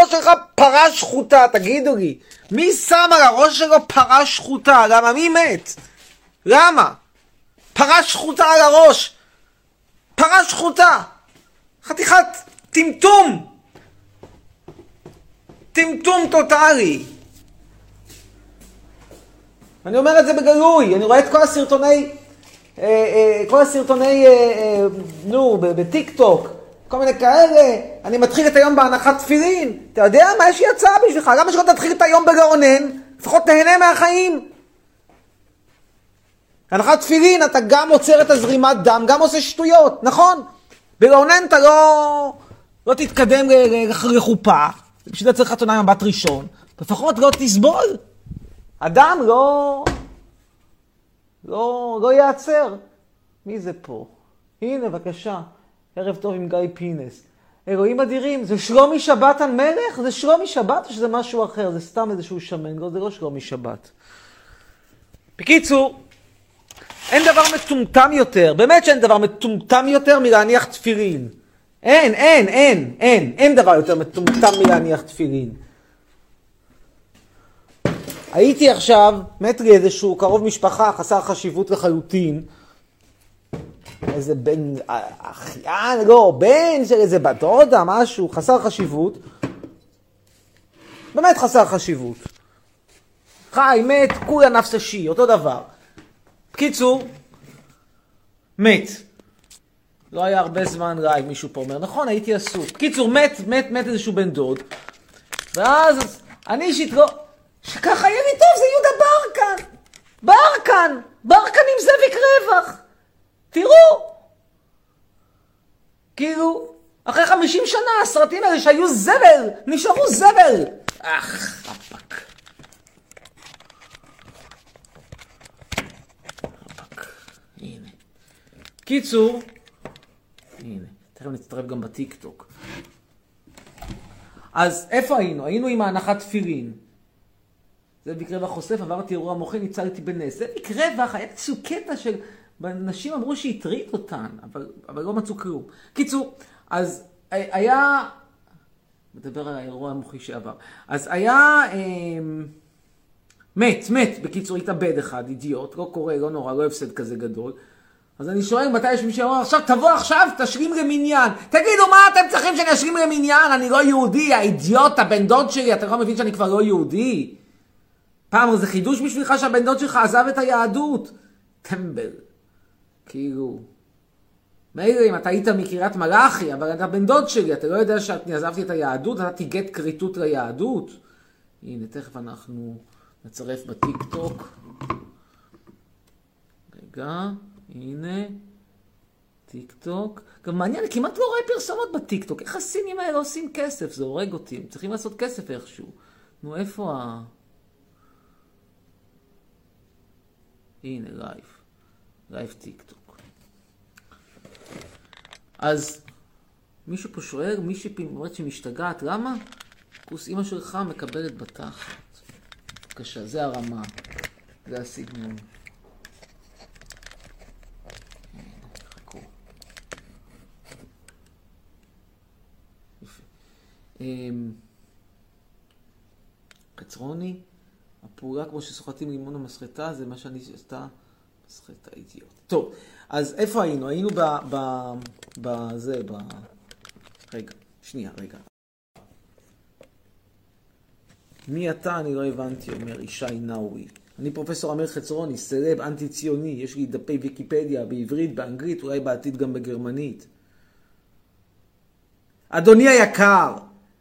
הראש שלך פרה שחוטה, תגידו לי. מי שם על הראש שלו פרה שחוטה? למה? מי מת? למה? פרה שחוטה על הראש. פרה שחוטה. חתיכת טמטום. טמטום טוטלי. אני אומר את זה בגלוי. אני רואה את כל הסרטוני, בטיק טוק. כל מיני כאלה, אני מתחיל את היום בהנחת תפילין. אתה יודע מה? יש לי הצעה בשבילך. למה שלא תתחיל את היום בגאונן? לפחות תהנה מהחיים. הנחת תפילין, אתה גם עוצר את הזרימת דם, גם עושה שטויות, נכון? בגאונן אתה לא תתקדם לחופה. בשביל זה צריך חתונה עם מבט ראשון. לפחות לא תסבול. אדם לא יעצר. מי זה פה? הנה, בבקשה. ערב טוב עם גיא פינס. אלוהים אדירים, זה שלומי שבת על מלך? זה שלומי שבת או שזה משהו אחר? זה סתם איזשהו שמן, זה לא שלומי שבת. בקיצור, אין דבר מטומטם יותר, באמת שאין דבר מטומטם יותר מלהניח תפילין. אין דבר יותר מטומטם מלהניח תפילין. הייתי עכשיו, מת לי איזשהו קרוב משפחה, חסר חשיבות לחלוטין, איזה בן, אחיין, לא, בן של איזה בת דודה, משהו, חסר חשיבות. באמת חסר חשיבות. חי, מת, כולה נפש השי, אותו דבר. בקיצור, מת. לא היה הרבה זמן רעי, מישהו פה אומר, נכון, הייתי עסוק. בקיצור, מת איזשהו בן דוד. ואז אני אישית לא, שככה יהיה לי טוב, זה יהודה ברקן עם זאביק רווח. תראו, כאילו, אחרי 50 שנה הסרטים האלה שהיו זבל, נשארו זבל. חפק. הנה. קיצור, הנה, תכף נצטרף גם בטיק טוק. אז איפה היינו? היינו עם ההנחת תפילין. זאביק רווח חושף, עברתי אירוע מוחי, ניצלתי בנס. זאביק רווח היה איזשהו קטע של... אנשים אמרו שהטריד אותן, אבל לא מצאו כלום. קיצור, אז היה... מדבר על האירוע המוחי שעבר. אז היה... מת, בקיצור, התאבד אחד, אידיוט, לא קורה, לא נורא, לא הפסד כזה גדול. אז אני שואל מתי יש מי שאומר, עכשיו תבוא עכשיו, תשלים למניין. תגידו, מה אתם צריכים שאני אשלים למניין? אני לא יהודי, האידיוט, הבן דוד שלי, אתה לא מבין שאני כבר לא יהודי? פעם זה חידוש בשבילך שהבן דוד שלך עזב את היהדות. טמבל. כאילו, מילא אם אתה היית מקריית מלאכי, אבל אתה בן דוד שלי, אתה לא יודע שאני עזבתי את היהדות, אתה תיגט קריטות ליהדות. הנה, תכף אנחנו נצרף בטיק טוק. רגע, הנה, טיק טוק. גם מעניין, כמעט לא רואה פרסומות בטיק טוק. איך הסינים האלה עושים כסף? זה הורג אותי. הם צריכים לעשות כסף איכשהו. נו, איפה הנה, לייב טיק טוק. אז מישהו פה שואל, מישהי אומרת שמשתגעת, למה? כוס אמא שלך מקבלת בתחת. בבקשה, זה הרמה, זה הסגנון. חכו. יפה. קצרוני, הפעולה כמו ששוחטים לימון המסחטה, זה מה שאני עשתה, מסחטה אידיוט. טוב, אז איפה היינו? היינו רגע. מי אתה? אני לא הבנתי, אומר ישי נאווי. אני פרופסור אמיר חצרוני, סלב אנטי ציוני, יש לי דפי ויקיפדיה בעברית, באנגלית, אולי בעתיד גם בגרמנית. אדוני היקר,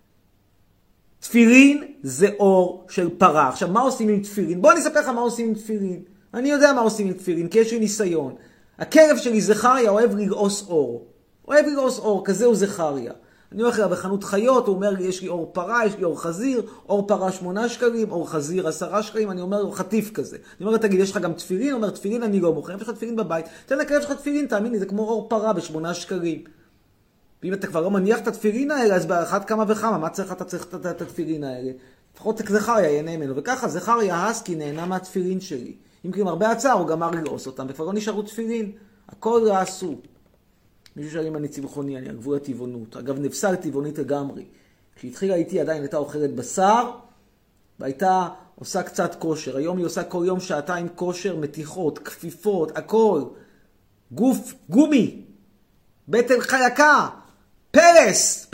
תפילין זה אור של פרה. עכשיו, מה עושים עם תפילין? בוא נספר לך מה עושים עם תפילין. אני יודע מה עושים עם תפילין, כי יש לי ניסיון. הכלב שלי זכריה אוהב לגעוס אור. כזה הוא זכריה. אני הולך אליו בחנות חיות, הוא אומר לי, יש לי אור פרה, יש לי אור חזיר, אור פרה 8 שקלים, אור חזיר 10 שקלים, אני אומר לו, חטיף כזה. אני אומר לו, תגיד, יש לך גם תפילין? הוא אומר, תפילין אני לא מוכר, יש לך תפילין בבית. תן לכלב שלך תפילין, תאמין לי, זה כמו אור פרה ב8 שקלים. ואם אתה כבר לא מניח את התפילין האלה, אז באחת כמה וכמה, מה צריך אתה צריך את התפילין האלה? לפחות זכריה ייהנה ממנו, וככה זכריה הסקי נהנה מהתפילין שלי. אם כי עם הרבה הצער הוא גמר לגעוס אותם, וכבר לא נשארו תפילין. הכל לא עשו. מישהו שאלה אם אני צמחוני, אני על גבול הטבעונות. אגב, נפסל טבעונית לגמרי. כשהתחילה איתי עדיין הייתה אוכלת בשר, והייתה עושה קצת כושר. היום היא עושה כל יום 2 כושר, מתיחות, כפיפות, הכל. גוף, גומי, בטן חלקה, פרס.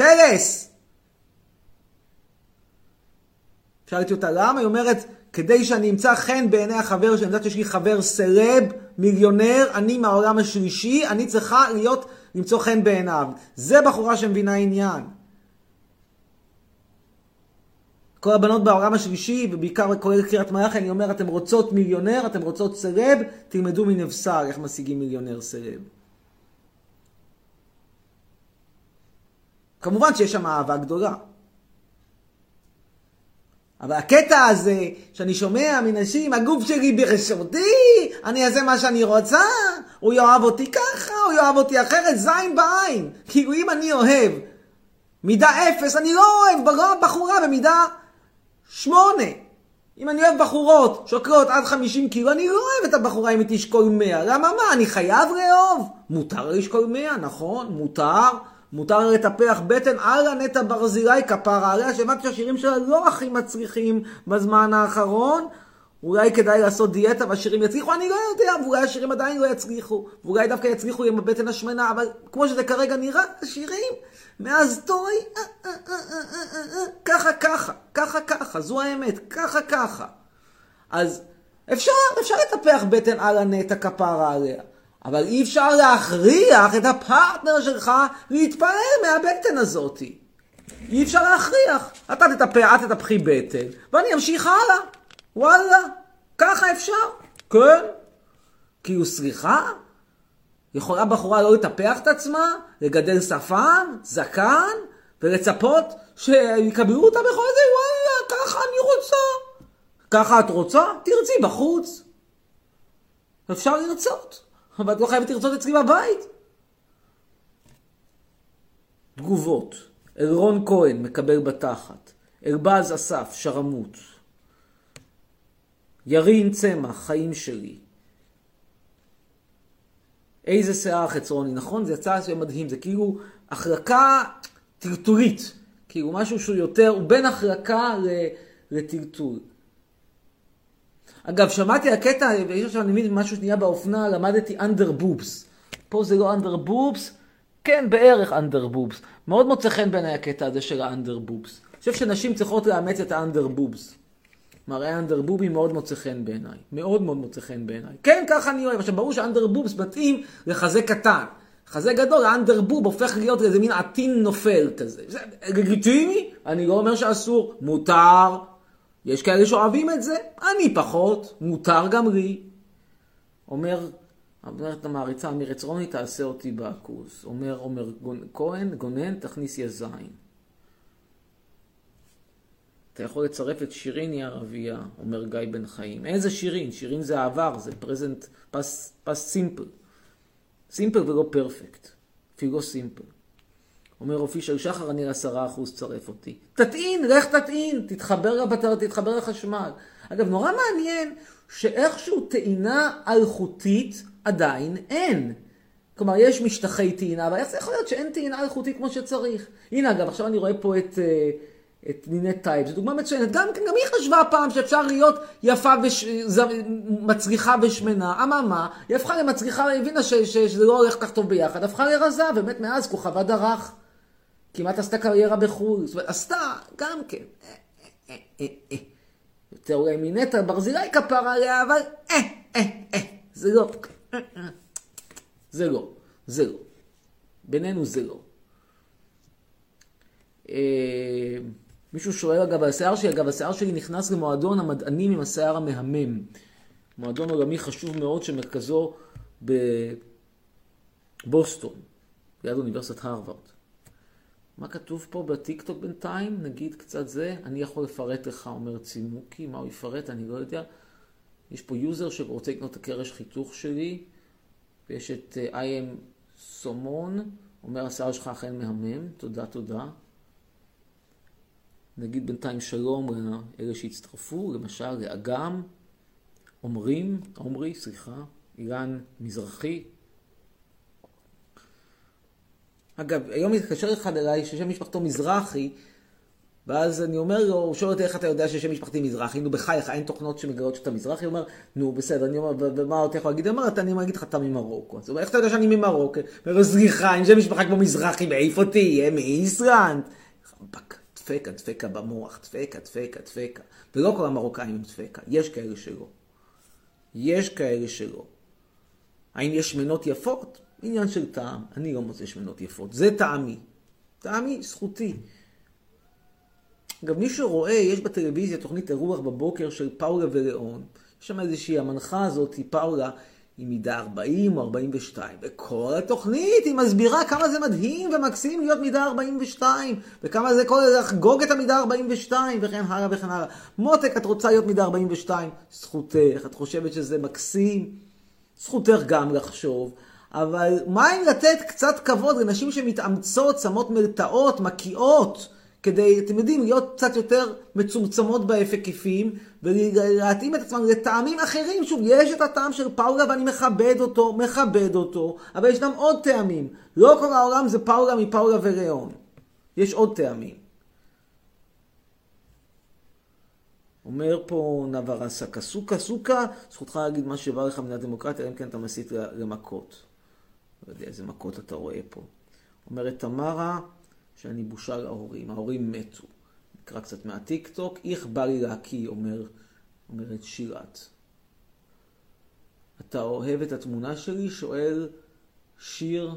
שאלתי אותה למה? היא אומרת, כדי שאני אמצא חן בעיני החבר, שאני יודעת שיש לי חבר סלב, מיליונר, אני מהעולם השלישי, אני צריכה למצוא חן בעיניו. זה בחורה שמבינה עניין. כל הבנות בעולם השלישי, ובעיקר כולל קריית מלאכי, אני אומר, אתם רוצות מיליונר, אתם רוצות סלב, תלמדו מנבשר איך משיגים מיליונר סלב. כמובן שיש שם אהבה גדולה. אבל הקטע הזה, שאני שומע מנשים, הגוף שלי ברשותי, אני אעשה מה שאני רוצה, הוא יאהב אותי ככה, הוא יאהב אותי אחרת, זין בעין. כאילו אם אני אוהב מידה 0, אני לא אוהב בחורה במידה 8. אם אני אוהב בחורות שוקלות עד 50 קילו, אני לא אוהב את הבחורה אם היא תשקול 100. למה מה? אני חייב לאהוב. מותר לשקול 100, נכון? מותר לטפח בטן על נטע ברזילי כפרה עליה, שהבנתי שהשירים שלה לא הכי מצליחים בזמן האחרון. אולי כדאי לעשות דיאטה והשירים יצליחו, אני לא יודע, ואולי השירים עדיין לא יצליחו, ואולי דווקא יצליחו עם הבטן השמנה, אבל כמו שזה כרגע נראה, השירים מאז טוי, ככה, זו האמת, ככה. אז אפשר לטפח בטן על הנטע כפרה עליה. אבל אי אפשר להכריח את הפרטנר שלך להתפעל מהבטן הזאת. אי אפשר להכריח. אתה תטפחי בטן, ואני אמשיך הלאה. וואלה, ככה אפשר. כן. כאילו סליחה, יכולה בחורה לא לטפח את עצמה, לגדל שפם, זקן, ולצפות שיקבלו אותה בכל זה. וואלה, ככה אני רוצה. ככה את רוצה? תרצי בחוץ. אפשר לרצות. אבל את לא חייבת לרצות אצלי בבית. תגובות. אלרון כהן מקבל בתחת. אלבז אסף, שרמות. ירין צמח, חיים שלי. איזה שיער חצרוני, נכון? זה יצא מדהים. זה כאילו החלקה טלטולית. כאילו משהו שהוא יותר, הוא בין החלקה לטלטול. אגב, שמעתי הקטע, ויש עכשיו אני מבין משהו שנהיה באופנה, למדתי אנדר בובס. פה זה לא אנדר בובס, כן, בערך אנדר בובס. מאוד מוצא חן בעיניי הקטע הזה של האנדר בובס. אני חושב שנשים צריכות לאמץ את האנדר בובס. מראה אנדר בובי מאוד מוצא חן בעיניי. מאוד מוצא חן בעיניי. כן, ככה אני אוהב. עכשיו, ברור שאנדר בובס מתאים לחזה קטן. חזה גדול, האנדר בוב הופך להיות איזה מין עטין נופל כזה. זה לגיטימי? אני לא אומר שאסור. מותר. יש כאלה שאוהבים את זה, אני פחות, מותר גם לי. אומרת המעריצה, אמיר עצרוני, תעשה אותי בקורס. אומר כהן, גונן, תכניס יזיים. אתה יכול לצרף את שיריני ערבייה, אומר גיא בן חיים. איזה שירין? שירין זה העבר, זה פרזנט, פס סימפל. סימפל ולא פרפקט. אפילו לא סימפל. אומר אופישל שחר, אני 10% צרף אותי. תטעין, לך תטעין, תתחבר לחשמל. אגב, נורא מעניין שאיכשהו טעינה אלחוטית עדיין אין. כלומר, יש משטחי טעינה, אבל איך זה יכול להיות שאין טעינה אלחוטית כמו שצריך? הנה, אגב, עכשיו אני רואה פה את נינת טייב, זו דוגמה מצוינת. גם היא חשבה פעם שאפשר להיות יפה מצליחה ושמנה. אממה, היא הפכה למצליחה, היא הבינה שזה לא הולך כך טוב ביחד. הפכה לרזה, באמת מאז כוכבה דרך. כמעט עשתה קריירה בחו"ל. זאת אומרת, עשתה גם כן. יותר אולי מנטע ברזילי כפרה עליה, אבל זה לא. זה לא. בינינו זה לא. מישהו שואל אגב על השיער שלי, השיער שלי נכנס למועדון המדענים עם השיער המהמם. מועדון עולמי חשוב מאוד שמרכזו בבוסטון, ליד אוניברסיטת הרווארד. מה כתוב פה בטיקטוק בינתיים? נגיד קצת זה. אני יכול לפרט לך, אומר צימוקי. מה הוא יפרט? אני לא יודע. יש פה יוזר שרוצה לקנות את הקרש חיתוך שלי. ויש את IM סומון. אומר, השיער שלך אכן מהמם. תודה. נגיד בינתיים שלום לאלה שהצטרפו. למשל, לאגם. עומרי, אילן מזרחי. אגב, היום מתקשר אחד אליי ששם משפחתו מזרחי, ואז אני אומר לו, הוא שואל אותי איך אתה יודע ששם משפחתי מזרחי, נו בחייך, אין תוכנות שמגלות שאתה מזרחי, הוא אומר, נו בסדר, אני אומר, ומה אותי יכול להגיד? אני אגיד לך, אתה ממרוקו. אז הוא אומר, איך אתה יודע שאני ממרוקו? הוא אומר, סליחה, אם שם משפחה כמו מזרחי, מאיפה תהיה? מאיסלנד? דפקה במוח, דפקה. ולא כל המרוקאים הם דפקה, יש כאלה שלא. יש כאלה שלא. האם יש שמנות יפות? עניין של טעם, אני לא מוצא שמנות יפות, זה טעמי. טעמי, זכותי. גם מי שרואה, יש בטלוויזיה תוכנית אירוח בבוקר של פאולה וליאון. יש שם איזושהי המנחה הזאת, פאולה, היא מידה 40 או 42. וכל התוכנית היא מסבירה כמה זה מדהים ומקסים להיות מידה 42. וכמה זה כל לחגוג את המידה 42 וכן הלאה וכן הלאה. מותק, את רוצה להיות מידה 42? זכותך. את חושבת שזה מקסים? זכותך גם לחשוב. אבל מה אם לתת קצת כבוד לנשים שמתאמצות, שמות מלטעות, מקיאות, כדי, אתם יודעים, להיות קצת יותר מצומצמות בהיקפים, ולהתאים את עצמם לטעמים אחרים. שוב, יש את הטעם של פאולה ואני מכבד אותו, אבל ישנם עוד טעמים. לא כל העולם זה פאולה מפאולה וליאון. יש עוד טעמים. אומר פה נברסה, סוכה, זכותך להגיד מה שבא לך מדינה דמוקרטיה, אם כן אתה מסית למכות. לא יודע איזה מכות אתה רואה פה. אומרת תמרה, שאני בושה להורים, ההורים מתו. נקרא קצת מהטיק טוק, איך בא לי להקיא, אומרת שירת. אתה אוהב את התמונה שלי? שואל שיר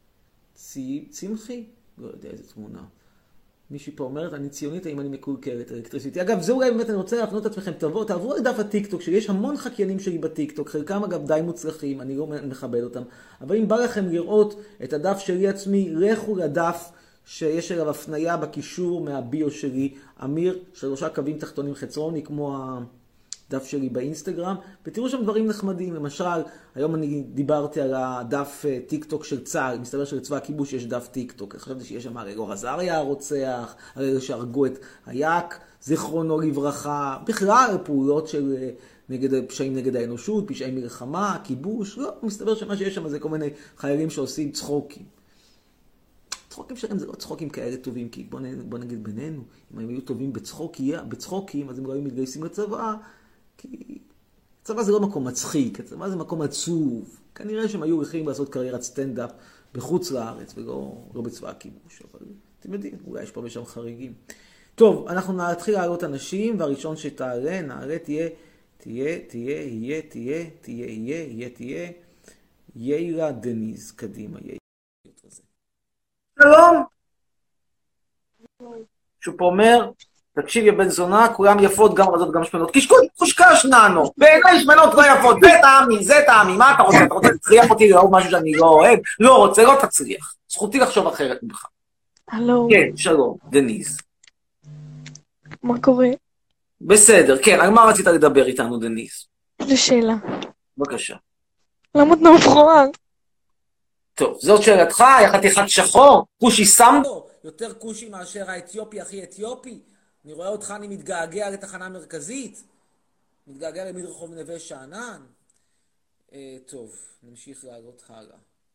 צמחי? לא יודע איזה תמונה. מישהי פה אומרת, אני ציונית, האם אני מקולקלת, אלקטריסיטי. אגב, זה אולי באמת, אני רוצה להפנות את עצמכם, תעברו על דף הטיק טוק, שיש המון חקיינים שלי בטיק טוק, חלקם אגב די מוצלחים, אני לא מכבד אותם. אבל אם בא לכם לראות את הדף שלי עצמי, לכו לדף שיש אליו הפנייה בקישור מהביו שלי, אמיר, 3 קווים תחתונים חצרוני, כמו הדף שלי באינסטגרם, ותראו שם דברים נחמדים. למשל, היום אני דיברתי על הדף טיק טוק של צה"ל, מסתבר שלצבא הכיבוש יש דף טיק טוק, חשבתי שיש שם הרי אלאור אזריה הרוצח, הרי אלה שהרגו את היאק, זיכרונו לברכה, בכלל פעולות של פשעים נגד האנושות, פשעי מלחמה, כיבוש, לא, מסתבר שמה שיש שם זה כל מיני חיילים שעושים צחוקים. צחוקים שלהם זה לא צחוקים כאלה טובים, כי בוא נגיד בינינו, אם הם היו טובים בצחוקים, אז הם לא היו מתגייסים לצבא, כי צבא זה לא מקום מצחיק, צבא זה מקום עצוב. כנראה שהם היו הולכים לעשות קריירת סטנדאפ בחוץ לארץ, ולא בצבא הכיבוש, אבל אתם יודעים, אולי יש פה ושם חריגים. טוב, אנחנו נתחיל לעלות אנשים, והראשון שתעלה, תהיה יאירה דניז, קדימה, יאירה. שלום. שהוא פה אומר, תקשיב יא בן זונה, כולם יפות, גם רזות, גם שמנות. קושקש נענו, בעיניי שמנות לא יפות, זה טעמי, מה אתה רוצה? אתה רוצה להצליח אותי לאהוב משהו שאני לא אוהב? לא רוצה, לא תצליח. זכותי לחשוב אחרת ממך. הלו. כן, שלום, דניז. מה קורה? בסדר, כן, על מה רצית לדבר איתנו, דניז? זו שאלה. בבקשה. למה אתה מכוער? טוב, זאת שאלתך, יא חתיכת שחור, כושי סמבו, יותר כושי מאשר האתיופי הכי אתיופי. אני רואה אותך, אני מתגעגע לתחנה מרכזית, מתגעגע למדרחוב נווה שאנן. טוב, נמשיך לעלות הלאה.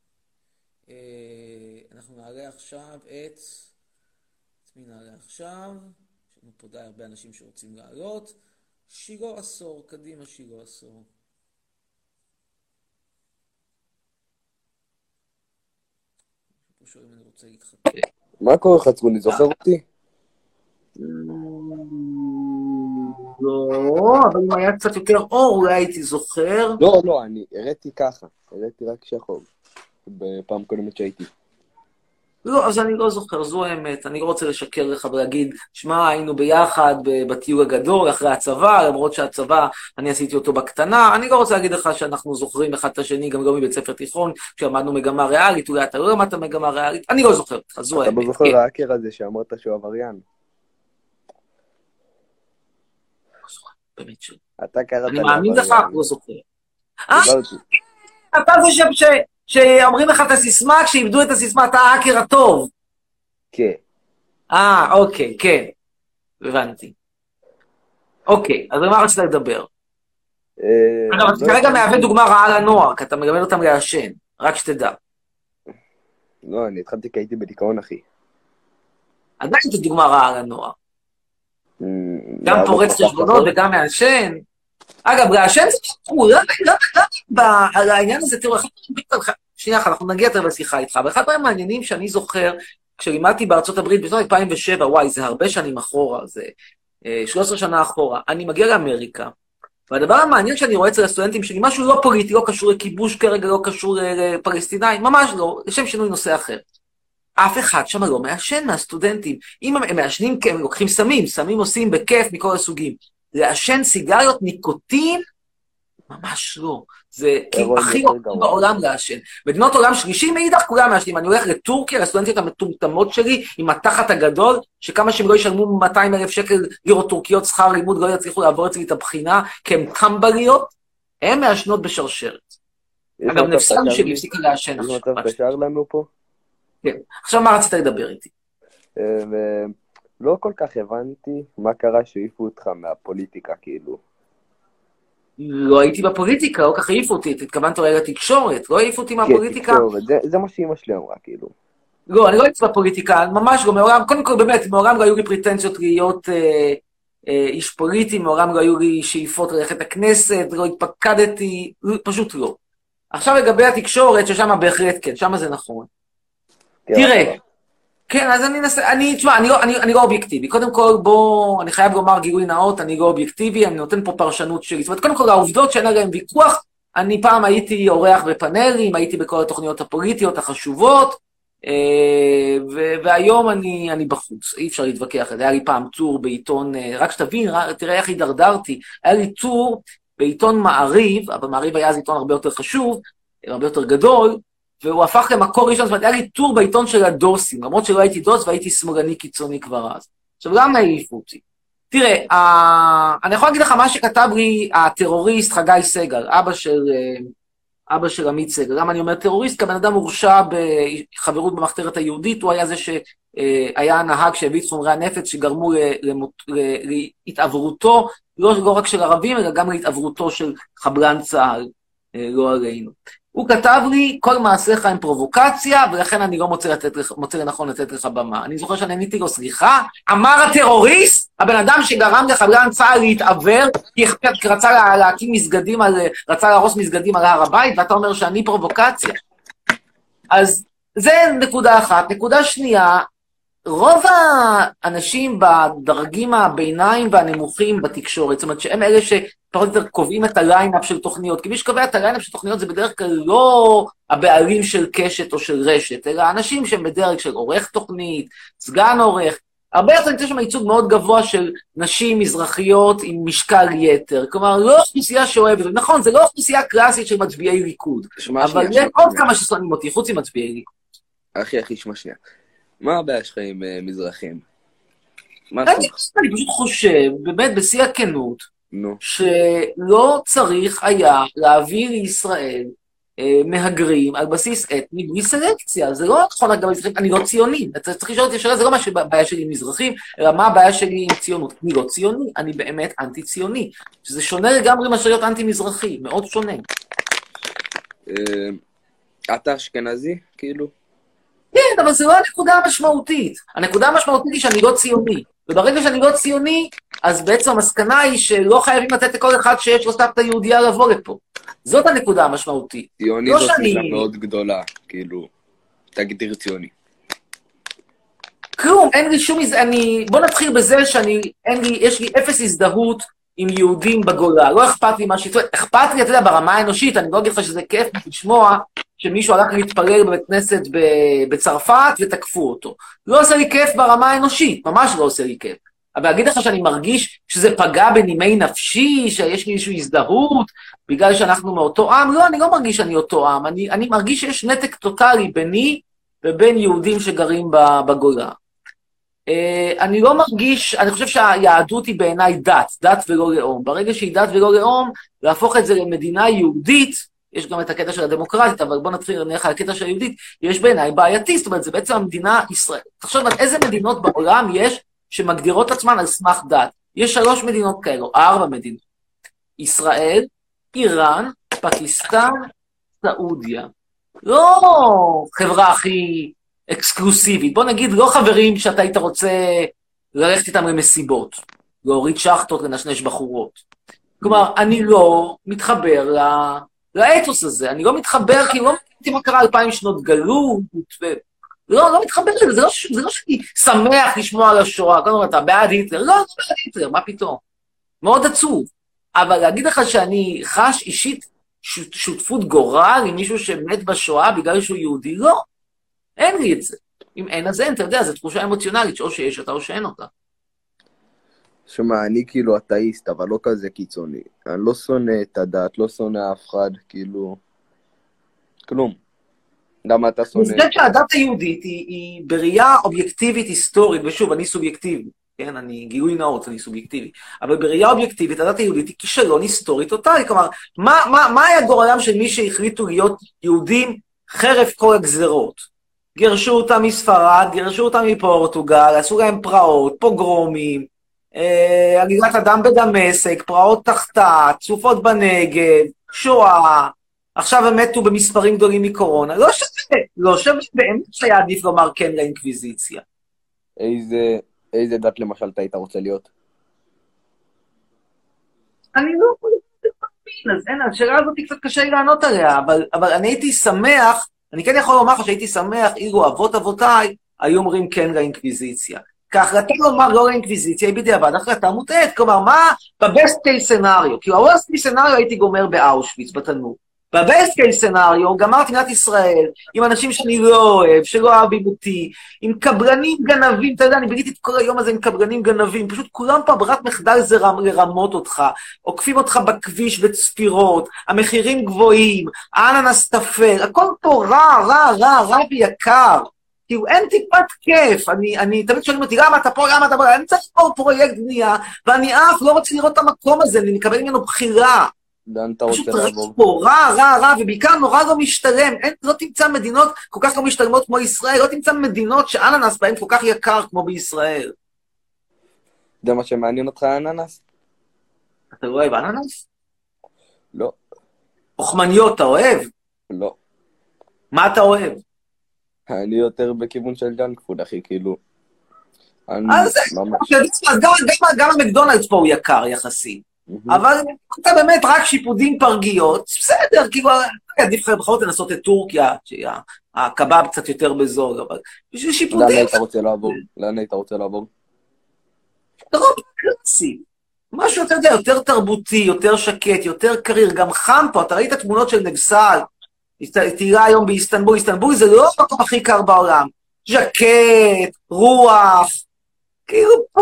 אנחנו נעלה עכשיו את מי נעלה עכשיו? יש לנו פה די הרבה אנשים שרוצים לעלות. שילה עשור, קדימה שילה עשור. שואלים, אני רוצה להתחתן. מה קורה חצרוני, זוכר אותי? לא, אבל אם היה קצת יותר אור, אולי הייתי זוכר. לא, אני הראיתי ככה, הראיתי רק שחור, בפעם קודמת שהייתי. לא, אז אני לא זוכר, זו האמת, אני לא רוצה לשקר לך ולהגיד, שמע, היינו ביחד בטיול הגדול, אחרי הצבא, למרות שהצבא, אני עשיתי אותו בקטנה, אני לא רוצה להגיד לך שאנחנו זוכרים אחד את השני, גם לא מבית ספר תיכון, כשעמדנו מגמה ריאלית, אולי אתה לא למדת מגמה ריאלית, אני לא זוכר לך, זו האמת. אתה לא זוכר האקר הזה שאמרת שהוא עבריין? באמת שלא. אתה קראת אני מאמין לך, לא זוכר. אתה זה שאומרים לך את הסיסמה, כשאיבדו את הסיסמה, אתה האקר הטוב. כן. אוקיי, כן. הבנתי. אוקיי, אז מה רצית לדבר? אגב, אתה כרגע מהווה דוגמה רעה לנוער, כי אתה מלמד אותם לעשן, רק שתדע. לא, אני התחלתי כי הייתי בדיכאון, אחי. עדיין זו דוגמה רעה לנוער. גם פורץ חשבונות וגם מעשן. אגב, לעשן זה שחור, למה על העניין הזה, תראו, שנייה אחת, אנחנו נגיע יותר בשיחה איתך, אבל אחד מהמעניינים שאני זוכר, כשלימדתי בארצות הברית בשנת 2007, וואי, זה הרבה שנים אחורה, זה 13 שנה אחורה, אני מגיע לאמריקה, והדבר המעניין שאני רואה אצל הסטודנטים שלי, משהו לא פוליטי, לא קשור לכיבוש כרגע, לא קשור לפלסטינאים, ממש לא, לשם שינוי נושא אחר. אף אחד שם לא מעשן מהסטודנטים. אם הם מעשנים, הם לוקחים סמים, סמים עושים בכיף מכל הסוגים. לעשן סיגריות ניקוטין? ממש לא. זה כאילו הכי לא בעולם לעשן. מדינות עולם שלישי מאידך כולם מעשנים. אני הולך לטורקיה, לסטודנטיות המטומטמות שלי, עם התחת הגדול, שכמה שהם לא ישלמו 200,000 שקל לירות טורקיות שכר לימוד, לא יצליחו לעבור אצלי את הבחינה, כי הם קמבריות, הם מעשנות בשרשרת. אגב, נפסלנו שלי, הפסיקה לעשן עכשיו. יש מצב קשר לנו פה? כן. עכשיו מה רצית לדבר איתי? לא כל כך הבנתי מה קרה שהעיפו אותך מהפוליטיקה, כאילו. לא הייתי בפוליטיקה, לא כך העיפו אותי, התכוונת אולי לתקשורת, לא העיפו אותי מהפוליטיקה. כן, תקשורת, זה מה שאמא שלי אמרה, כאילו. לא, אני לא הייתי בפוליטיקה, ממש לא, מעולם, קודם כל באמת, מעולם לא היו לי פריטנציות להיות איש פוליטי, מעולם לא היו לי שאיפות ללכת לכנסת, לא התפקדתי, פשוט לא. עכשיו לגבי התקשורת, ששם בהחלט כן, שם זה נכון. תראה, כן, אז תשמע, אני לא אובייקטיבי. קודם כל, אני חייב לומר גילוי נאות, אני לא אובייקטיבי, אני נותן פה פרשנות שלי. זאת אומרת, קודם כל, העובדות שאין עליהן ויכוח, אני פעם הייתי אורח בפאנלים, הייתי בכל התוכניות הפוליטיות החשובות, והיום אני בחוץ, אי אפשר להתווכח. היה לי פעם טור בעיתון, רק שתבין, תראה איך הידרדרתי, היה לי טור בעיתון מעריב, אבל מעריב היה אז עיתון הרבה יותר חשוב, הרבה יותר גדול, והוא הפך למקור ראשון, זאת אומרת, היה לי טור בעיתון של הדוסים, למרות שלא הייתי דוס והייתי שמאלני קיצוני כבר אז. עכשיו, למה העיפו אותי? תראה, אני יכול להגיד לך מה שכתב לי הטרוריסט חגי סגל, אבא של עמית סגל. למה אני אומר טרוריסט? כי הבן אדם הורשע בחברות במחתרת היהודית, הוא היה זה שהיה הנהג שהביא את חומרי הנפץ שגרמו להתעברותו, לא רק של ערבים, אלא גם להתעברותו של חבלן צה"ל, לא עלינו. הוא כתב לי, כל מעשיך הם פרובוקציה, ולכן אני לא מוצא לנכון לתת לך במה. אני זוכר שאני עניתי לו, סליחה, אמר הטרוריסט, הבן אדם שגרם לחבלן צה"ל להתעבר, כי רצה להקים מסגדים, רצה להרוס מסגדים על הר הבית, ואתה אומר שאני פרובוקציה. אז זה נקודה אחת. נקודה שנייה, רוב האנשים בדרגים הביניים והנמוכים בתקשורת, זאת אומרת שהם אלה שפחות או יותר קובעים את הליינאפ של תוכניות, כי מי שקובע את הליינאפ של תוכניות זה בדרך כלל לא הבעלים של קשת או של רשת, אלא אנשים שהם בדרך של עורך תוכנית, סגן עורך, הרבה יותר נמצא שם ייצוג מאוד גבוה של נשים מזרחיות עם משקל יתר, כלומר לא אוכלוסייה שאוהבת, נכון, זה לא אוכלוסייה קלאסית של מצביעי ליכוד, אבל יש עוד כמה ששונאים אותי, חוץ ממצביעי ליכוד. אחי, שמע שנייה. מה הבעיה שלך עם מזרחים? אני פשוט חושב, באמת בשיא הכנות, שלא צריך היה להביא לישראל מהגרים על בסיס אתני בלי סלקציה. זה לא נכון, אני לא ציוני. אתה צריך לשאול אותי שאלה, זה לא מה הבעיה שלי עם מזרחים, אלא מה הבעיה שלי עם ציונות. אני לא ציוני, אני באמת אנטי-ציוני. שזה שונה לגמרי מה להיות אנטי-מזרחי, מאוד שונה. אתה אשכנזי, כאילו? כן, אבל זה לא הנקודה המשמעותית. הנקודה המשמעותית היא שאני לא ציוני. וברגע שאני לא ציוני, אז בעצם המסקנה היא שלא חייבים לתת לכל אחד שיש לו סבתא יהודיה לבוא לפה. זאת הנקודה המשמעותית. ציוני זאת מילה מאוד גדולה, כאילו, תגדיר ציוני. כלום, אין לי שום... בוא נתחיל בזה יש לי אפס הזדהות עם יהודים בגולה. לא אכפת לי מה אכפת לי, אתה יודע, ברמה האנושית, אני לא אגיד לך שזה כיף לשמוע שמישהו הלך להתפלל בבית כנסת בצרפת ותקפו אותו. לא עושה לי כיף ברמה האנושית, ממש לא עושה לי כיף. אבל אגיד לך שאני מרגיש שזה פגע בנימי נפשי, שיש לי איזושהי הזדהות, בגלל שאנחנו מאותו עם. לא, אני לא מרגיש שאני אותו עם. אני מרגיש שיש נתק טוטלי ביני ובין יהודים שגרים בגולה. אני לא מרגיש, אני חושב שהיהדות היא בעיניי דת ולא לאום. ברגע שהיא דת ולא לאום, להפוך את זה למדינה יהודית, יש גם את הקטע של הדמוקרטית, אבל בוא נתחיל לנהל הקטע של היהודית, יש בעיניי בעייתי, זאת אומרת, זה בעצם המדינה ישראל. תחשוב, איזה מדינות בעולם יש שמגדירות עצמן על סמך דת? יש 3 מדינות כאלו, 4 מדינות. ישראל, איראן, פקיסטן, סעודיה. לא חברה הכי אקסקלוסיבית, בוא נגיד, לא חברים שאתה היית רוצה ללכת איתם למסיבות. להוריד שחטות, לנשנש בחורות. כלומר, אני לא מתחבר לאתוס הזה, אני לא מתחבר, כי לא מתחברתי מה קרה 2000 שנות גלות, לא מתחבר לזה, זה לא שאני שמח לשמוע על השואה, אתה אומר, אתה בעד היטלר, לא בעד היטלר, מה פתאום? מאוד עצוב. אבל להגיד לך שאני חש אישית שותפות גורל עם מישהו שמת בשואה בגלל שהוא יהודי, לא. אין לי את זה. אם אין, אז אין, אתה יודע, זו תחושה אמוציונלית, שאו שיש אותה או שאין אותה. שמע, אני כאילו אתאיסט, אבל לא כזה קיצוני. אני לא שונא את הדת, לא שונא אף אחד, כאילו... כלום. למה אתה שונא? זה שהדת היהודית היא בראייה אובייקטיבית היסטורית, ושוב, אני סובייקטיבי, כן? אני גילוי נאות, אני סובייקטיבי. אבל בראייה אובייקטיבית, הדת היהודית היא כישלון היסטורי טוטלי. כלומר, מה היה גורלם של מי שהחליטו להיות יהודים חרף כל הגזרות? גירשו אותם מספרד, גירשו אותם מפורטוגל, עשו להם פרעות, פוגרומים, הגירת אדם בדמשק, פרעות תחתת, צופות בנגב, שואה, עכשיו הם מתו במספרים גדולים מקורונה. לא שווה, באמת שהיה עדיף לומר כן לאינקוויזיציה. איזה דת למשל אתה היית רוצה להיות? אני לא יכול להבין, אז אין, השאלה הזאת קצת קשה לי לענות עליה, אבל אני הייתי שמח, אני כן יכול לומר לך שהייתי שמח, אילו אבות אבותיי היו אומרים כן לאינקוויזיציה. כי ההחלטה לומר לא לאינקוויזיציה היא בדיעבד החלטה מוטעת. כלומר, מה בבסט קייס סנריו? כי בבסט קייס סנריו הייתי גומר באושוויץ, בתנור. בבסט קייס סנריו גמרתי מדינת ישראל עם אנשים שאני לא אוהב, שלא אוהבים אותי, עם קברנים גנבים, אתה יודע, אני ביליתי את כל היום הזה עם קברנים גנבים, פשוט כולם פה ברירת מחדל זה לרמות אותך, עוקפים אותך בכביש וצפירות, המחירים גבוהים, האננס תפל, הכל פה רע ויקר. כאילו, אין טיפת כיף, אני תמיד שואלים אותי, למה אתה פה, אני צריך פה פרויקט בנייה, ואני אף לא רוצה לראות את המקום הזה, אני מקבל ממנו בחירה. לאן אתה רוצה לעבור? פשוט פה רע, ובעיקר נורא לא משתלם, לא תמצא מדינות כל כך לא משתלמות כמו ישראל, לא תמצא מדינות שאננס בהן כל כך יקר כמו בישראל. זה מה שמעניין אותך אננס? אתה לא אוהב אננס? לא. אוכמניות אתה אוהב? לא. מה אתה אוהב? אני יותר בכיוון של ג'אנק פוד, אחי, כאילו. אז גם המקדונלדס פה הוא יקר יחסי. אבל אתה באמת רק שיפודים פרגיות, בסדר, כאילו, עדיף בכל זאת לנסות את טורקיה, שהקבב קצת יותר בזול, אבל בשביל שיפודים... לאן היית רוצה לעבור? אירופה קלאסי. משהו, אתה יודע, יותר תרבותי, יותר שקט, יותר קריר, גם חם פה, אתה ראית תמונות של נגסל, תראה היום באיסטנבול, איסטנבול זה לא המקום הכי קר בעולם, ז'קט, רוח, כאילו פה,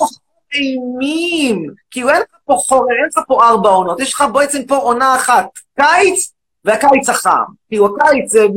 אימים, כאילו אין לך פה חורר, אין לך פה 4 עונות, יש לך בעצם פה עונה אחת, קיץ, והקיץ החם, כאילו הקיץ זה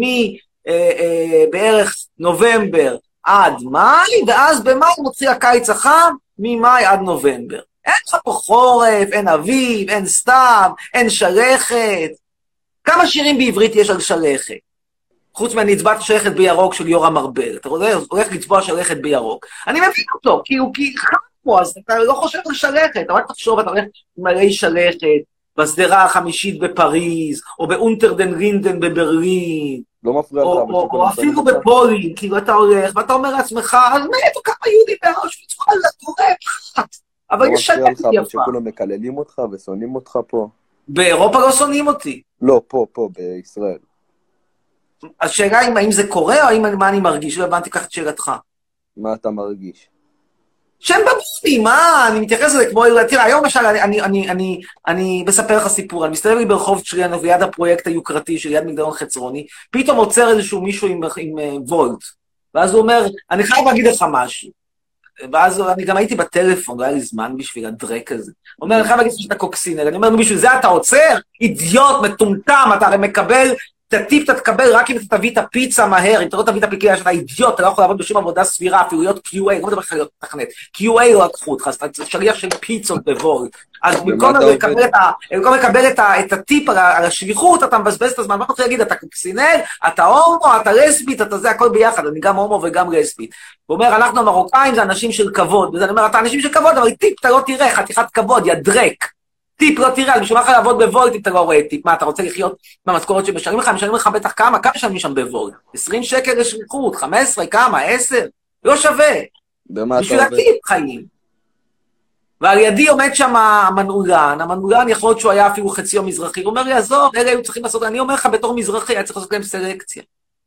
בערך נובמבר עד מאי, ואז במאי מתחיל הקיץ החם, ממאי עד נובמבר. אין לך פה חורף, אין אביב, אין סתיו, אין שלכת. כמה שירים בעברית יש על שלכת? חוץ מה"אני הצבעתי שלכת בירוק" של יורם ארבל. אתה הולך לצבוע שלכת בירוק. אני מבין אותו, כי חם פה, אז אתה לא חושב על שלכת. אתה רק תחשוב, אתה הולך מלא שלכת, בסדרה החמישית בפריז, או באונטרדן לינדן בברלין, לא מפריע לך. או אפילו בפולין, כאילו אתה הולך, ואתה אומר לעצמך, אז מתו כמה יהודים באושוויץ, וואלה, קורה אחת. אבל יש שלכת יפה. לא מפריע לך, שכולם מקללים אותך ושונאים אותך פה? באירופה לא שונאים אותי. לא, פה, בישראל. השאלה האם זה קורה, או מה אני מרגיש? לא הבנתי כך את שאלתך. מה אתה מרגיש? שהם בבודי, מה? אני מתייחס לזה כמו... תראה, היום למשל, אני מספר לך סיפור, אני מסתובב לי ברחוב צ'ריאנוב, ליד הפרויקט היוקרתי של יד מגדלון חצרוני, פתאום עוצר איזשהו מישהו עם וולט, ואז הוא אומר, אני חייב להגיד לך משהו. ואז אני גם הייתי בטלפון, לא היה לי זמן בשביל הדרק הזה. הוא אומר, אני חייב להגיד לך שאתה קוקסינר. אני אומר, בשביל זה אתה עוצר? אידיוט, מטומטם, אתה הרי מקבל... תטיפ אתה תקבל רק אם אתה תביא את הפיצה מהר, אם אתה לא תביא את הפיקיה שאתה אידיוט, אתה לא יכול לעבוד בשום עבודה סבירה, אפילו להיות QA, לא מדבר לך להיות תכנת, QA לא לקחו אותך, אז אתה שליח של פיצות בוולט. אז במקום לקבל את הטיפ על השליחות, אתה מבזבז את הזמן, מה אתה רוצה להגיד, אתה קוקסינל, אתה הומו, אתה לסבית, אתה זה הכל ביחד, אני גם הומו וגם לסבית. הוא אומר, אנחנו המרוקאים זה אנשים של כבוד, וזה אני אומר, אתה אנשים של כבוד, אבל טיפ אתה לא תראה, חתיכת כבוד, יא דרק. טיפ לא תראה, בשביל מה לעבוד בוולט אם אתה לא רואה טיפ, מה אתה רוצה לחיות מהמשכורת שמשלמים לך, משלמים לך בטח כמה משלמים שם בוולט? 20 שקל לשליחות, 15, כמה, 10? לא שווה. בשביל הטיפ חיים. ועל ידי עומד שם המנעולן יכול להיות שהוא היה אפילו חציו מזרחי, הוא אומר לי, עזוב, אלה היו צריכים לעשות, אני אומר לך בתור מזרחי, היה צריך לעשות להם סלקציה.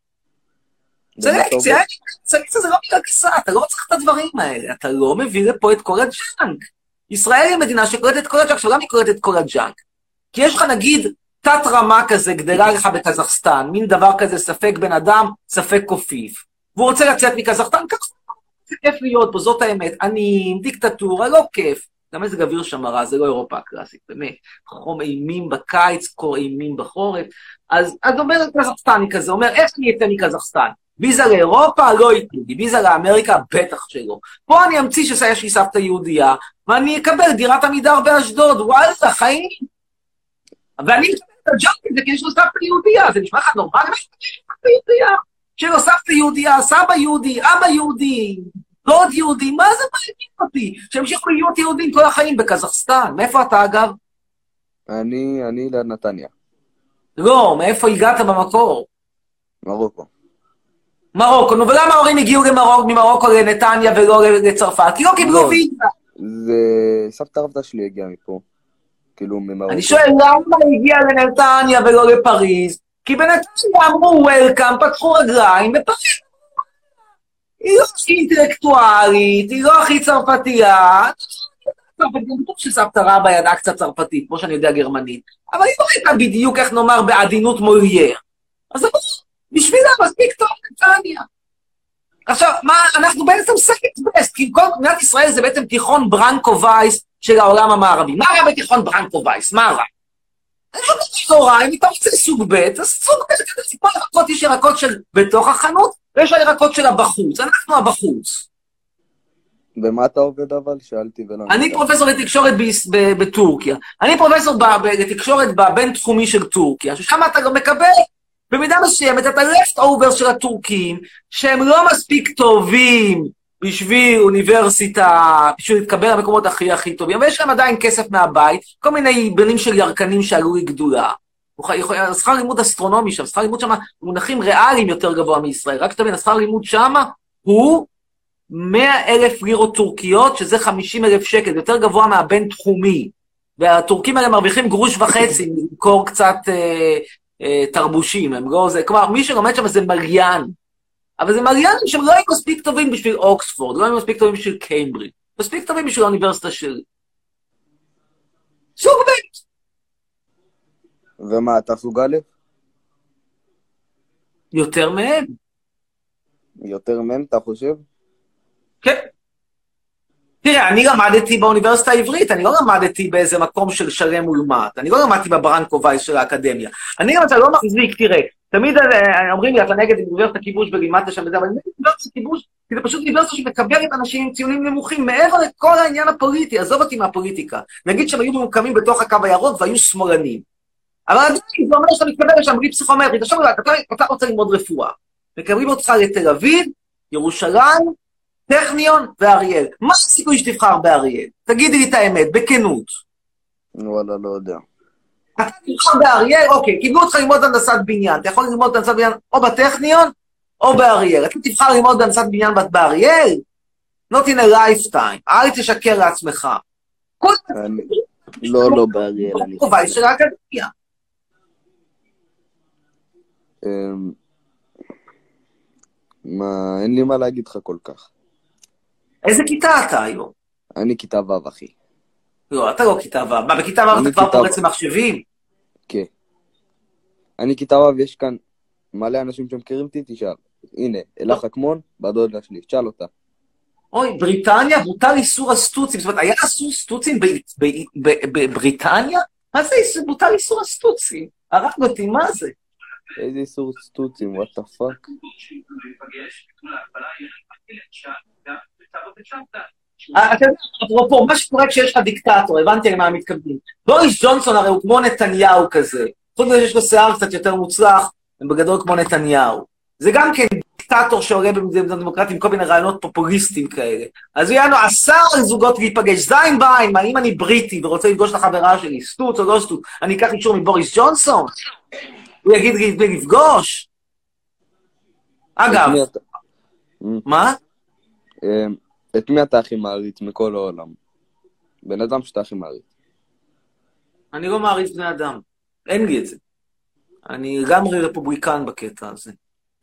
סלקציה זה לא מילה גסה, אתה לא צריך את הדברים האלה, אתה לא מביא לפה את כל הג'אנק. ישראל היא מדינה שקוראת את כל הג'אנק, עכשיו למה היא קוראת את כל הג'אנק? כי יש לך נגיד תת רמה כזה גדלה לך בקזחסטן, מין דבר כזה ספק בן אדם, ספק קופיף. והוא רוצה לצאת מקזחסטן, ככה זה כיף להיות פה, זאת האמת. אני עם דיקטטורה, לא כיף. גם איזה גביר שמרה, זה לא אירופה הקלאסית, באמת. חום אימים בקיץ, קור אימים בחורף. אז אומר קזחסטני כזה, אומר, איך אני אצא מקזחסטן? ויזה לאירופה? לא ייתנו לי. ויזה לאמריקה? בטח שלא. פה אני אמציא שיש לי סבתא יהודייה, ואני אקבל דירת עמידר באשדוד, וואלה, חיים. ואני אקבל את הג'אנק הזה, כי יש לו סבתא יהודייה, זה נשמע לך נורמלי, יש לו סבתא יהודייה. שלו סבתא יהודייה, סבא יהודי, אבא יהודי, דוד יהודי, מה זה מעניין אותי? שהמשיכו להיות יהודים כל החיים בקזחסטן. מאיפה אתה אגב? אני לנתניה. לא, מאיפה הגעת במקור? מרוקו. מרוקו, נו ולמה ההורים הגיעו ממרוקו לנתניה ולא לצרפת? כי לא קיבלו ויזה. זה סבתא רבתא שלי הגיעה מפה, כאילו ממרוקו. אני שואל למה הגיעה לנתניה ולא לפריז? כי בנתניה אמרו וולקאם, פתחו רגליים, בפריז היא לא הכי אינטלקטואלית, היא לא הכי צרפתייה, גם בטוח שסבתא רבא ידעה קצת צרפתית, כמו שאני יודע גרמנית, אבל היא לא הייתה בדיוק, איך נאמר, בעדינות מולייר. אז אמרו, בשבילה מספיק טוב נתניה. עכשיו, מה, אנחנו בעצם סקט בסט, כי כל מדינת ישראל זה בעצם תיכון ברנקו וייס של העולם המערבי. מה רע בתיכון ברנקו וייס? מה רע? אני לא יודע רע, אם אתה רוצה סוג ב', אז סוג ב' כזה סיפור ירקות, יש ירקות של בתוך החנות, ויש ירקות שלה בחוץ, אנחנו הבחוץ. ומה אתה עובד אבל? שאלתי ולא... אני פרופסור לתקשורת בטורקיה. אני פרופסור לתקשורת בבין-תחומי של טורקיה, ששם אתה גם מקבל במידה מסוימת את ה-leftover של הטורקים, שהם לא מספיק טובים בשביל אוניברסיטה, בשביל להתקבל למקומות הכי טובים, ויש להם עדיין כסף מהבית, כל מיני בנים של ירקנים שעלו לגדולה. שכר לימוד אסטרונומי שם, שכר לימוד שם מונחים ריאליים יותר גבוה מישראל, רק תבין, השכר לימוד שם הוא 100,000 לירות טורקיות, שזה 50,000 שקל, יותר גבוה מהבין תחומי, והטורקים האלה מרוויחים גרוש וחצי, למכור קצת תרבושים, הם לא זה, כלומר, מי שלומד שם זה מריאן, אבל זה מריאנים שהם לא היו מספיק טובים בשביל אוקספורד, לא היו מספיק טובים בשביל קיימברידג', מספיק טובים בשביל האוניברסיטה שלי. סוג ב'. ומה, אתה סוג א'? יותר מהם. יותר מהם, אתה חושב? כן. תראה, אני למדתי באוניברסיטה העברית, אני לא למדתי באיזה מקום של שלם ולמט, אני לא למדתי בברנקו וייס של האקדמיה. אני גם אתה לא מחזיק, תראה, תמיד אומרים לי, אתה נגד אוניברסיטת הכיבוש ולימדת שם וזה, אבל נגד אוניברסיטת הכיבוש, כי זה פשוט אוניברסיטה שמקבלת אנשים עם ציונים נמוכים, מעבר לכל העניין הפוליטי, עזוב אותי מהפוליטיקה. נגיד שהם היו ממוקמים בתוך הקו הירוק והיו שמאלנים. אבל עדיין, זה אומר שאתה מתקבל לשם בלי פסיכומטרית, עכשיו אתה רוצה ללמוד רפואה. מקבלים אותך לתל אביב, ירושלים, טכניון ואריאל. מה הסיכוי שתבחר באריאל? תגידי לי את האמת, בכנות. וואלה, לא יודע. אתה תבחר באריאל, אוקיי, קיבלו אותך ללמוד הנדסת בניין, אתה יכול ללמוד הנדסת בניין או בטכניון או באריאל. אתה תבחר ללמוד הנדסת בניין באריאל? Not in a lifetime, אל תשקר לעצמך. לא באריאל. קובעי של האקדמיה. מה, אין לי מה להגיד לך כל כך. איזה כיתה אתה היום? אני כיתה ו' אחי. לא, אתה לא כיתה ו'. מה, בכיתה ו' אתה כבר פורץ למחשבים? כן. אני כיתה ו', יש כאן מלא אנשים שמכירים אותי, תשאל. הנה, אלה חכמון, בדודה שלי, תשאל אותה. אוי, בריטניה בוטל איסור הסטוצים. זאת אומרת, היה איסור סטוצים בבריטניה? מה זה בוטל איסור הסטוצים? הרג אותי, מה זה? איזה איסור סטוצים, what the fuck? אפרופו, מה שקורה כשיש לך דיקטטור, הבנתי למה הם מתכוונים. בוריס ג'ונסון הרי הוא כמו נתניהו כזה. חוץ מזה שיש לו שיער קצת יותר מוצלח, הם בגדול כמו נתניהו. זה גם כן דיקטטור שעולה במדינות דמוקרטיים, כל מיני רעיונות פופוליסטיים כאלה. אז הוא יענו 10 זוגות להיפגש, זין בעין, מה אם אני בריטי ורוצה לפגוש את החברה שלי, סטוץ או לא סטוץ, אני אקח אישור מבוריס ג'ונסון? הוא יגיד לי לפגוש? אגב, מה? את מי אתה הכי מעריץ מכל העולם? בן אדם שאתה הכי מעריץ. אני לא מעריץ בני אדם. אין לי את זה. אני לגמרי רפובליקן בקטע הזה.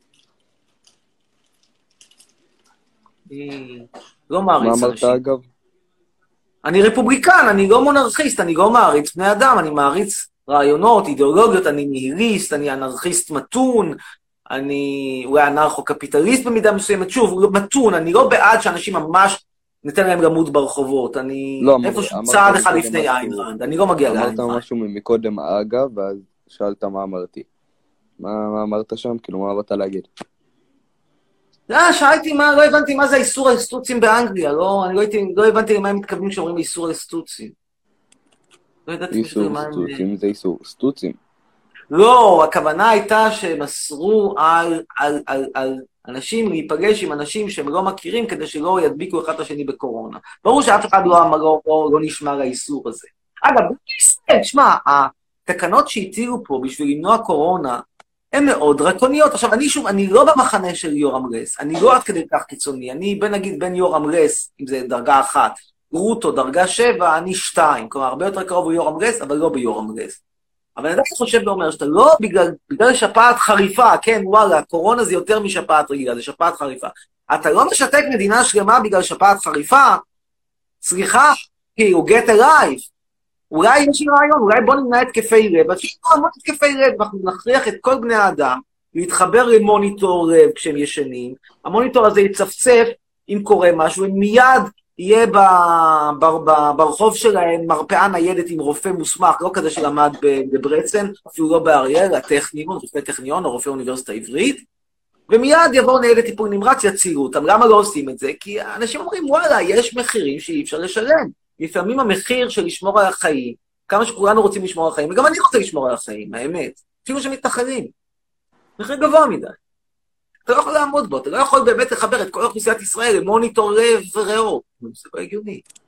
אני לא מעריץ מה אנשים. אמרת אגב? אני רפובליקן, אני לא מונרכיסט, אני לא מעריץ בני אדם, אני מעריץ רעיונות, אידיאולוגיות, אני ניהיליסט, אני אנרכיסט מתון, אני אולי אנרכו-קפיטליסט במידה מסוימת, שוב, מתון, אני לא בעד שאנשים ממש ניתן להם למות ברחובות, אני לא, איפשהו אמרת צעד אחד מקודם לפני משהו- איין רנד, אני לא מגיע לאיין אמרת רנד. משהו מקודם אגב, ואז שאלת מה אמרתי. מה אמרת שם? כאילו, מה באת להגיד? שאלתי מה, לא הבנתי מה זה האיסור על סטוצים באנגליה, לא הבנתי למה הם מתכוונים שאומרים איסור על סטוצים. לא ידעתי איסור מה הם... סטוצים זה איסור סטוצים. לא, הכוונה הייתה שהם אסרו על אנשים להיפגש עם אנשים שהם לא מכירים כדי שלא ידביקו אחד את השני בקורונה. ברור שאף אחד לא נשמע לאיסור הזה. אגב, בישראל, שמע, התקנות שהטילו פה בשביל למנוע קורונה הן מאוד דרקוניות. עכשיו, אני לא במחנה של יורם רס, אני לא עד כדי כך קיצוני, אני נגיד בין יורם רס, אם זה דרגה 1, גרוטו דרגה 7, אני 2, כלומר הרבה יותר קרוב ביורם רס, אבל לא ביורם רס. אבל אני עדיין חושב ואומר שאתה לא בגלל שפעת חריפה, כן, וואלה, קורונה זה יותר משפעת רגילה, זה שפעת חריפה. אתה לא משתק מדינה שלמה בגלל שפעת חריפה, סליחה, כאילו, get alive. אולי יש לי רעיון, אולי בוא נמנע התקפי לב, אז שיהיה המון התקפי לב, אנחנו נכריח את כל בני האדם להתחבר למוניטור לב כשהם ישנים, המוניטור הזה יצפצף אם קורה משהו, ומיד יהיה ברחוב שלהם מרפאה ניידת עם רופא מוסמך, לא כזה שלמד בברצן, אפילו לא באריאל, הטכניון, רופא טכניון או רופא אוניברסיטה עברית, ומיד יבואו ניידת טיפול נמרץ, יצילו אותם. למה לא עושים את זה? כי אנשים אומרים, וואלה, יש מחירים שאי אפשר לשלם. לפעמים המחיר של לשמור על החיים, כמה שכולנו רוצים לשמור על החיים, וגם אני רוצה לשמור על החיים, האמת, אפילו שמתנחלים. מחיר גבוה מדי. אתה לא יכול לעמוד בו, אתה לא יכול באמת לחבר את כל אוכלוסיית ישראל למוניטור לב וריאות. זה לא הגיוני.